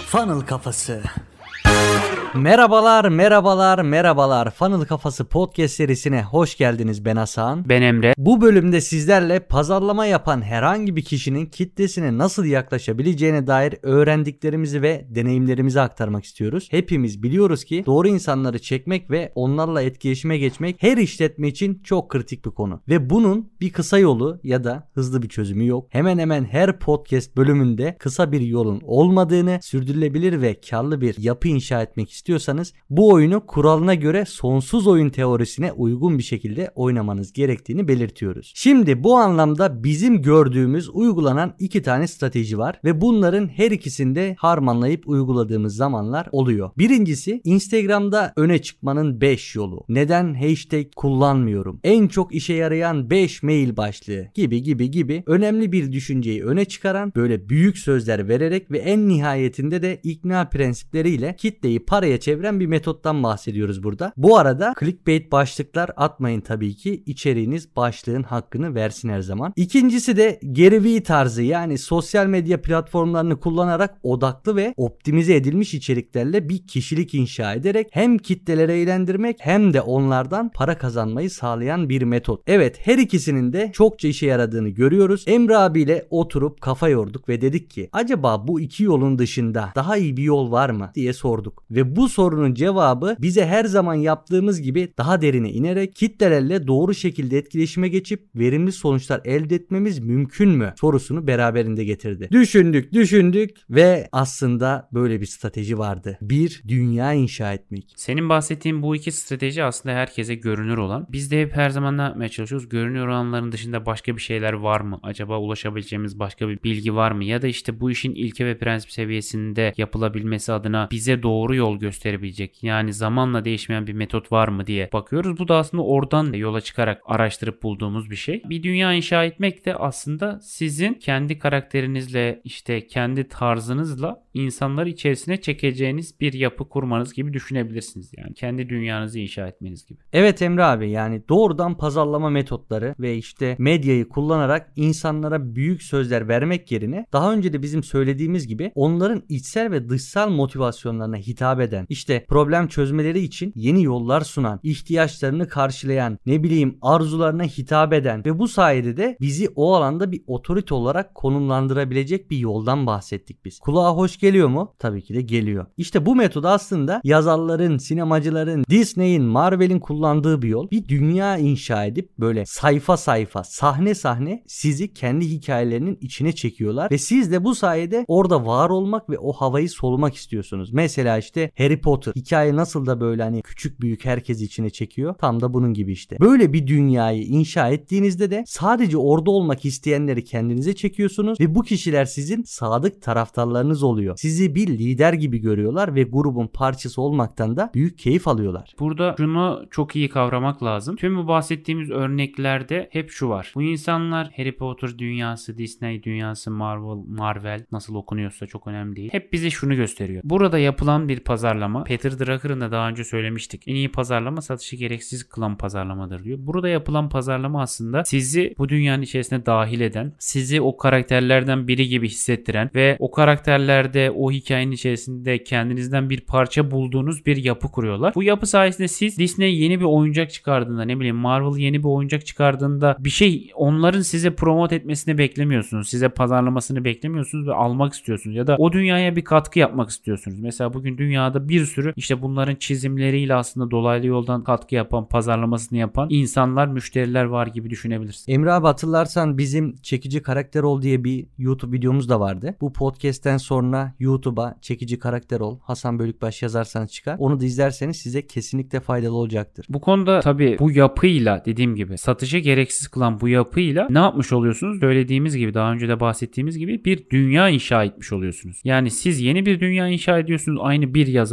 Funnel Kafası. Merhabalar. Funnel Kafası podcast serisine hoş geldiniz. Ben Hasan. Ben Emre. Bu bölümde sizlerle pazarlama yapan herhangi bir kişinin kitlesine nasıl yaklaşabileceğine dair öğrendiklerimizi ve deneyimlerimizi aktarmak istiyoruz. Hepimiz biliyoruz ki doğru insanları çekmek ve onlarla etkileşime geçmek her işletme için çok kritik bir konu. Ve bunun bir kısa yolu ya da hızlı bir çözümü yok. Hemen hemen her podcast bölümünde kısa bir yolun olmadığını, sürdürülebilir ve karlı bir yapı inşa etmek istiyorsanız bu oyunu kuralına göre sonsuz oyun teorisine uygun bir şekilde oynamanız gerektiğini belirtiyoruz. Şimdi bu anlamda bizim gördüğümüz uygulanan iki tane strateji var ve bunların her ikisini de harmanlayıp uyguladığımız zamanlar oluyor. Birincisi Instagram'da öne çıkmanın 5 yolu. Neden hashtag kullanmıyorum? En çok işe yarayan 5 mail başlığı gibi önemli bir düşünceyi öne çıkaran, böyle büyük sözler vererek ve en nihayetinde de ikna prensipleriyle kitleyi paraya çeviren bir metottan bahsediyoruz burada. Bu arada clickbait başlıklar atmayın tabii ki. İçeriğiniz başlığın hakkını versin her zaman. İkincisi de Gary Vee tarzı, yani sosyal medya platformlarını kullanarak odaklı ve optimize edilmiş içeriklerle bir kişilik inşa ederek hem kitleleri eğlendirmek hem de onlardan para kazanmayı sağlayan bir metot. Evet, her ikisinin de çokça işe yaradığını görüyoruz. Emre abiyle oturup kafa yorduk ve dedik ki acaba bu iki yolun dışında daha iyi bir yol var mı diye sorduk. Ve bu sorunun cevabı bize her zaman yaptığımız gibi daha derine inerek kitlelerle doğru şekilde etkileşime geçip verimli sonuçlar elde etmemiz mümkün mü sorusunu beraberinde getirdi. Düşündük ve aslında böyle bir strateji vardı. Bir dünya inşa etmek. Senin bahsettiğin bu iki strateji aslında herkese görünür olan. Biz de hep her zaman ne yapmaya çalışıyoruz? Görünür olanların dışında başka bir şeyler var mı? Acaba ulaşabileceğimiz başka bir bilgi var mı? Ya da işte bu işin ilke ve prensip seviyesinde yapılabilmesi adına bize doğru yol gösterebilecek, yani zamanla değişmeyen bir metot var mı diye bakıyoruz. Bu da aslında oradan yola çıkarak araştırıp bulduğumuz bir şey. Bir dünya inşa etmek de aslında sizin kendi karakterinizle, işte kendi tarzınızla insanları içerisine çekeceğiniz bir yapı kurmanız gibi düşünebilirsiniz. Yani kendi dünyanızı inşa etmeniz gibi. Evet Emre abi, yani doğrudan pazarlama metotları ve işte medyayı kullanarak insanlara büyük sözler vermek yerine daha önce de bizim söylediğimiz gibi onların içsel ve dışsal motivasyonlarına hitap eden, işte problem çözmeleri için yeni yollar sunan, ihtiyaçlarını karşılayan, arzularına hitap eden ve bu sayede de bizi o alanda bir otorite olarak konumlandırabilecek bir yoldan bahsettik biz. Kulağa hoş geliyor mu? Tabii ki de geliyor. İşte bu metod aslında yazarların, sinemacıların, Disney'in, Marvel'in kullandığı bir yol. Bir dünya inşa edip böyle sayfa, sahne sizi kendi hikayelerinin içine çekiyorlar ve siz de bu sayede orada var olmak ve o havayı solumak istiyorsunuz. Mesela işte Harry Potter hikaye nasıl da böyle hani küçük büyük herkes içine çekiyor. Tam da bunun gibi işte. Böyle bir dünyayı inşa ettiğinizde de sadece orada olmak isteyenleri kendinize çekiyorsunuz ve bu kişiler sizin sadık taraftarlarınız oluyor. Sizi bir lider gibi görüyorlar ve grubun parçası olmaktan da büyük keyif alıyorlar. Burada şunu çok iyi kavramak lazım. Tüm bu bahsettiğimiz örneklerde hep şu var. Bu insanlar Harry Potter dünyası, Disney dünyası, Marvel nasıl okunuyorsa çok önemli değil. Hep bize şunu gösteriyor. Burada yapılan bir pazarlama, Peter Drucker'ın da daha önce söylemiştik. En iyi pazarlama satışı gereksiz kılan pazarlamadır diyor. Burada yapılan pazarlama aslında sizi bu dünyanın içerisine dahil eden, sizi o karakterlerden biri gibi hissettiren ve o karakterlerde, o hikayenin içerisinde kendinizden bir parça bulduğunuz bir yapı kuruyorlar. Bu yapı sayesinde siz Disney yeni bir oyuncak çıkardığında, Marvel yeni bir oyuncak çıkardığında bir şey onların size promote etmesini beklemiyorsunuz. Size pazarlamasını beklemiyorsunuz ve almak istiyorsunuz. Ya da o dünyaya bir katkı yapmak istiyorsunuz. Mesela bugün dünyada bir sürü işte bunların çizimleriyle aslında dolaylı yoldan katkı yapan, pazarlamasını yapan insanlar, müşteriler var gibi düşünebilirsin. Emre abi, hatırlarsan bizim Çekici Karakter Ol diye bir YouTube videomuz da vardı. Bu podcast'ten sonra YouTube'a Çekici Karakter Ol, Hasan Bölükbaş yazarsanız çıkar. Onu da izlerseniz size kesinlikle faydalı olacaktır. Bu konuda tabii bu yapıyla, dediğim gibi satışı gereksiz kılan bu yapıyla ne yapmış oluyorsunuz? Söylediğimiz gibi, daha önce de bahsettiğimiz gibi bir dünya inşa etmiş oluyorsunuz. Yani siz yeni bir dünya inşa ediyorsunuz. Aynı bir yazar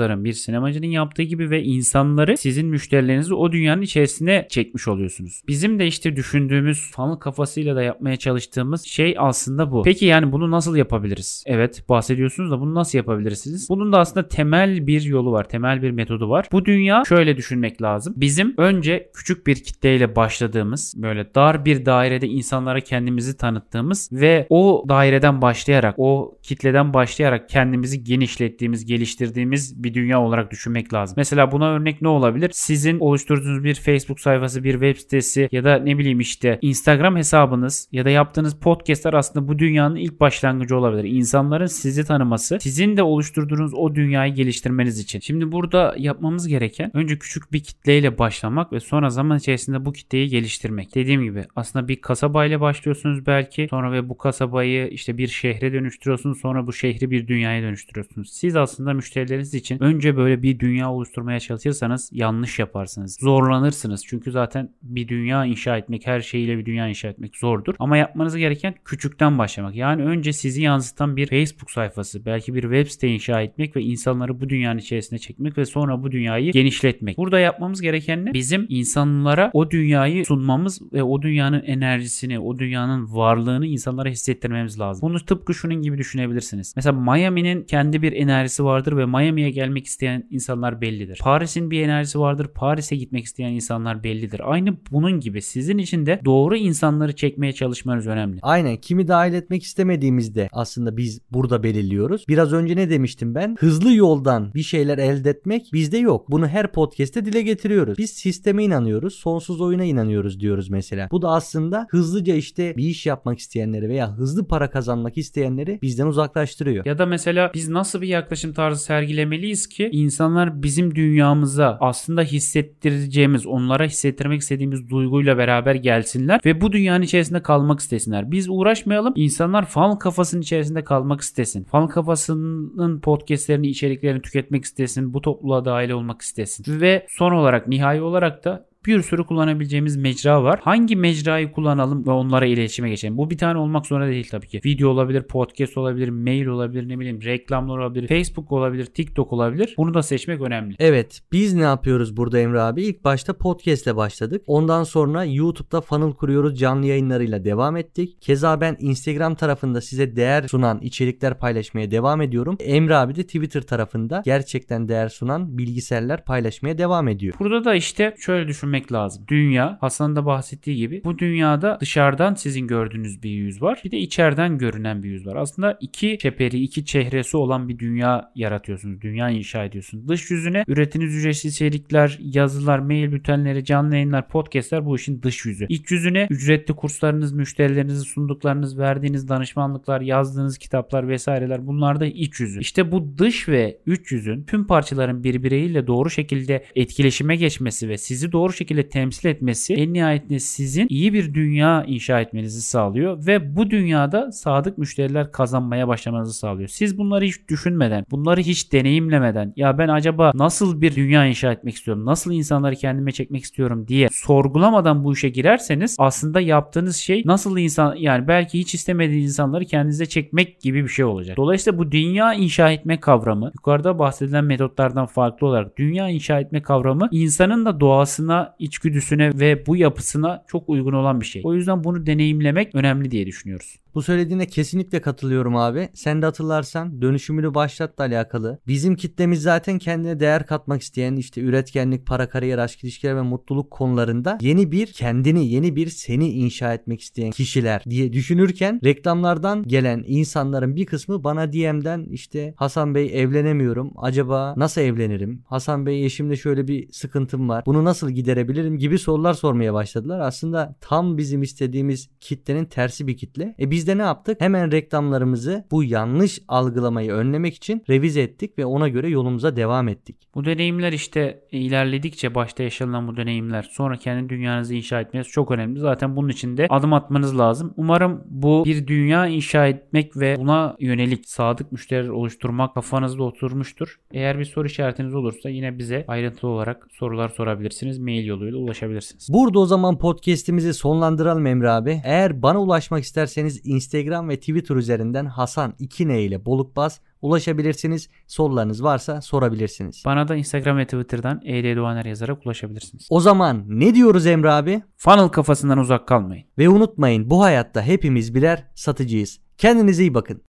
yazarın, bir sinemacının yaptığı gibi ve insanları, sizin müşterilerinizi o dünyanın içerisine çekmiş oluyorsunuz. Bizim de işte düşündüğümüz, funnel kafasıyla da yapmaya çalıştığımız şey aslında bu. Peki yani bunu nasıl yapabiliriz? Evet, bahsediyorsunuz da bunu nasıl yapabilirsiniz? Bunun da aslında temel bir yolu var. Temel bir metodu var. Bu dünya şöyle düşünmek lazım. Bizim önce küçük bir kitleyle başladığımız, böyle dar bir dairede insanlara kendimizi tanıttığımız ve o daireden başlayarak, o kitleden başlayarak kendimizi genişlettiğimiz, geliştirdiğimiz bir dünya olarak düşünmek lazım. Mesela buna örnek ne olabilir? Sizin oluşturduğunuz bir Facebook sayfası, bir web sitesi ya da ne bileyim işte Instagram hesabınız ya da yaptığınız podcastlar aslında bu dünyanın ilk başlangıcı olabilir. İnsanların sizi tanıması, sizin de oluşturduğunuz o dünyayı geliştirmeniz için. Şimdi burada yapmamız gereken önce küçük bir kitleyle başlamak ve sonra zaman içerisinde bu kitleyi geliştirmek. Dediğim gibi aslında bir kasabayla başlıyorsunuz belki. Sonra ve bu kasabayı işte bir şehre dönüştürüyorsunuz. Sonra bu şehri bir dünyaya dönüştürüyorsunuz. Siz aslında müşterileriniz için önce böyle bir dünya oluşturmaya çalışırsanız yanlış yaparsınız. Zorlanırsınız. Çünkü zaten bir dünya inşa etmek, her şeyiyle bir dünya inşa etmek zordur. Ama yapmanız gereken küçükten başlamak. Yani önce sizi yansıtan bir Facebook sayfası, belki bir web site inşa etmek ve insanları bu dünyanın içerisine çekmek ve sonra bu dünyayı genişletmek. Burada yapmamız gereken ne? Bizim insanlara o dünyayı sunmamız ve o dünyanın enerjisini, o dünyanın varlığını insanlara hissettirmemiz lazım. Bunu tıpkı şunun gibi düşünebilirsiniz. Mesela Miami'nin kendi bir enerjisi vardır ve Miami'ye gelmek isteyen insanlar bellidir. Paris'in bir enerjisi vardır. Paris'e gitmek isteyen insanlar bellidir. Aynı bunun gibi sizin için de doğru insanları çekmeye çalışmanız önemli. Aynen. Kimi dahil etmek istemediğimizde aslında biz burada belirliyoruz. Biraz önce ne demiştim ben? Hızlı yoldan bir şeyler elde etmek bizde yok. Bunu her podcast'te dile getiriyoruz. Biz sisteme inanıyoruz. Sonsuz oyuna inanıyoruz diyoruz mesela. Bu da aslında hızlıca işte bir iş yapmak isteyenleri veya hızlı para kazanmak isteyenleri bizden uzaklaştırıyor. Ya da mesela biz nasıl bir yaklaşım tarzı sergilemeliyiz ki insanlar bizim dünyamıza aslında hissettireceğimiz, onlara hissettirmek istediğimiz duyguyla beraber gelsinler ve bu dünyanın içerisinde kalmak istesinler. Biz uğraşmayalım. İnsanlar funnel kafasının içerisinde kalmak istesin. Funnel kafasının podcastlerini, içeriklerini tüketmek istesin. Bu topluluğa dahil olmak istesin. Ve son olarak, nihai olarak da bir sürü kullanabileceğimiz mecra var. Hangi mecrayı kullanalım ve onlara iletişime geçelim? Bu bir tane olmak zorunda değil tabii ki. Video olabilir, podcast olabilir, mail olabilir, ne bileyim reklamlar olabilir, Facebook olabilir, TikTok olabilir. Bunu da seçmek önemli. Evet, biz ne yapıyoruz burada Emre abi? İlk başta podcast ile başladık. Ondan sonra YouTube'da funnel kuruyoruz, canlı yayınlarıyla devam ettik. Keza ben Instagram tarafında size değer sunan içerikler paylaşmaya devam ediyorum. Emre abi de Twitter tarafında gerçekten değer sunan bilgiseller paylaşmaya devam ediyor. Burada da işte şöyle düşünmek lazım. Dünya, Hasan'ın da bahsettiği gibi, bu dünyada dışarıdan sizin gördüğünüz bir yüz var. Bir de içeriden görünen bir yüz var. Aslında iki çeperi, iki çehresi olan bir dünya yaratıyorsunuz. Dünya inşa ediyorsunuz. Dış yüzüne ürettiğiniz ücretsiz içerikler, yazılar, mail bültenleri, canlı yayınlar, podcastler bu işin dış yüzü. İç yüzüne ücretli kurslarınız, müşterilerinize sunduklarınız, verdiğiniz danışmanlıklar, yazdığınız kitaplar vesaireler, bunlar da iç yüzü. İşte bu dış ve iç yüzün tüm parçaların birbiriyle doğru şekilde etkileşime geçmesi ve sizi doğru şekilde temsil etmesi en nihayetinde sizin iyi bir dünya inşa etmenizi sağlıyor ve bu dünyada sadık müşteriler kazanmaya başlamanızı sağlıyor. Siz bunları hiç düşünmeden, bunları hiç deneyimlemeden, ya ben acaba nasıl bir dünya inşa etmek istiyorum, nasıl insanları kendime çekmek istiyorum diye sorgulamadan bu işe girerseniz aslında yaptığınız şey nasıl insan, yani belki hiç istemediğiniz insanları kendinize çekmek gibi bir şey olacak. Dolayısıyla bu dünya inşa etme kavramı, yukarıda bahsedilen metotlardan farklı olarak dünya inşa etme kavramı insanın da doğasına, içgüdüsüne ve bu yapısına çok uygun olan bir şey. O yüzden bunu deneyimlemek önemli diye düşünüyoruz. Bu söylediğine kesinlikle katılıyorum abi. Sen de hatırlarsan dönüşümünü başlatla alakalı. Bizim kitlemiz zaten kendine değer katmak isteyen, işte üretkenlik, para, kariyer, aşk ilişkiler ve mutluluk konularında yeni bir kendini, yeni bir seni inşa etmek isteyen kişiler diye düşünürken reklamlardan gelen insanların bir kısmı bana DM'den işte Hasan Bey evlenemiyorum. Acaba nasıl evlenirim? Hasan Bey eşimle şöyle bir sıkıntım var. Bunu nasıl giderebilirim gibi sorular sormaya başladılar. Aslında tam bizim istediğimiz kitlenin tersi bir kitle. Biz de ne yaptık? Hemen reklamlarımızı bu yanlış algılamayı önlemek için revize ettik ve ona göre yolumuza devam ettik. Bu deneyimler işte ilerledikçe, başta yaşanılan bu deneyimler, sonra kendi dünyanızı inşa etmeniz çok önemli. Zaten bunun için de adım atmanız lazım. Umarım bu bir dünya inşa etmek ve buna yönelik sadık müşteriler oluşturmak kafanızda oturmuştur. Eğer bir soru işaretiniz olursa yine bize ayrıntılı olarak sorular sorabilirsiniz. Mail yoluyla ulaşabilirsiniz. Burada o zaman podcast'imizi sonlandıralım Emre abi. Eğer bana ulaşmak isterseniz Instagram ve Twitter üzerinden Hasan 2N ile Bolukbaz ulaşabilirsiniz. Sorularınız varsa sorabilirsiniz. Bana da Instagram ve Twitter'dan ED yazarak ulaşabilirsiniz. O zaman ne diyoruz Emre abi? Funnel kafasından uzak kalmayın. Ve unutmayın, bu hayatta hepimiz birer satıcıyız. Kendinize iyi bakın.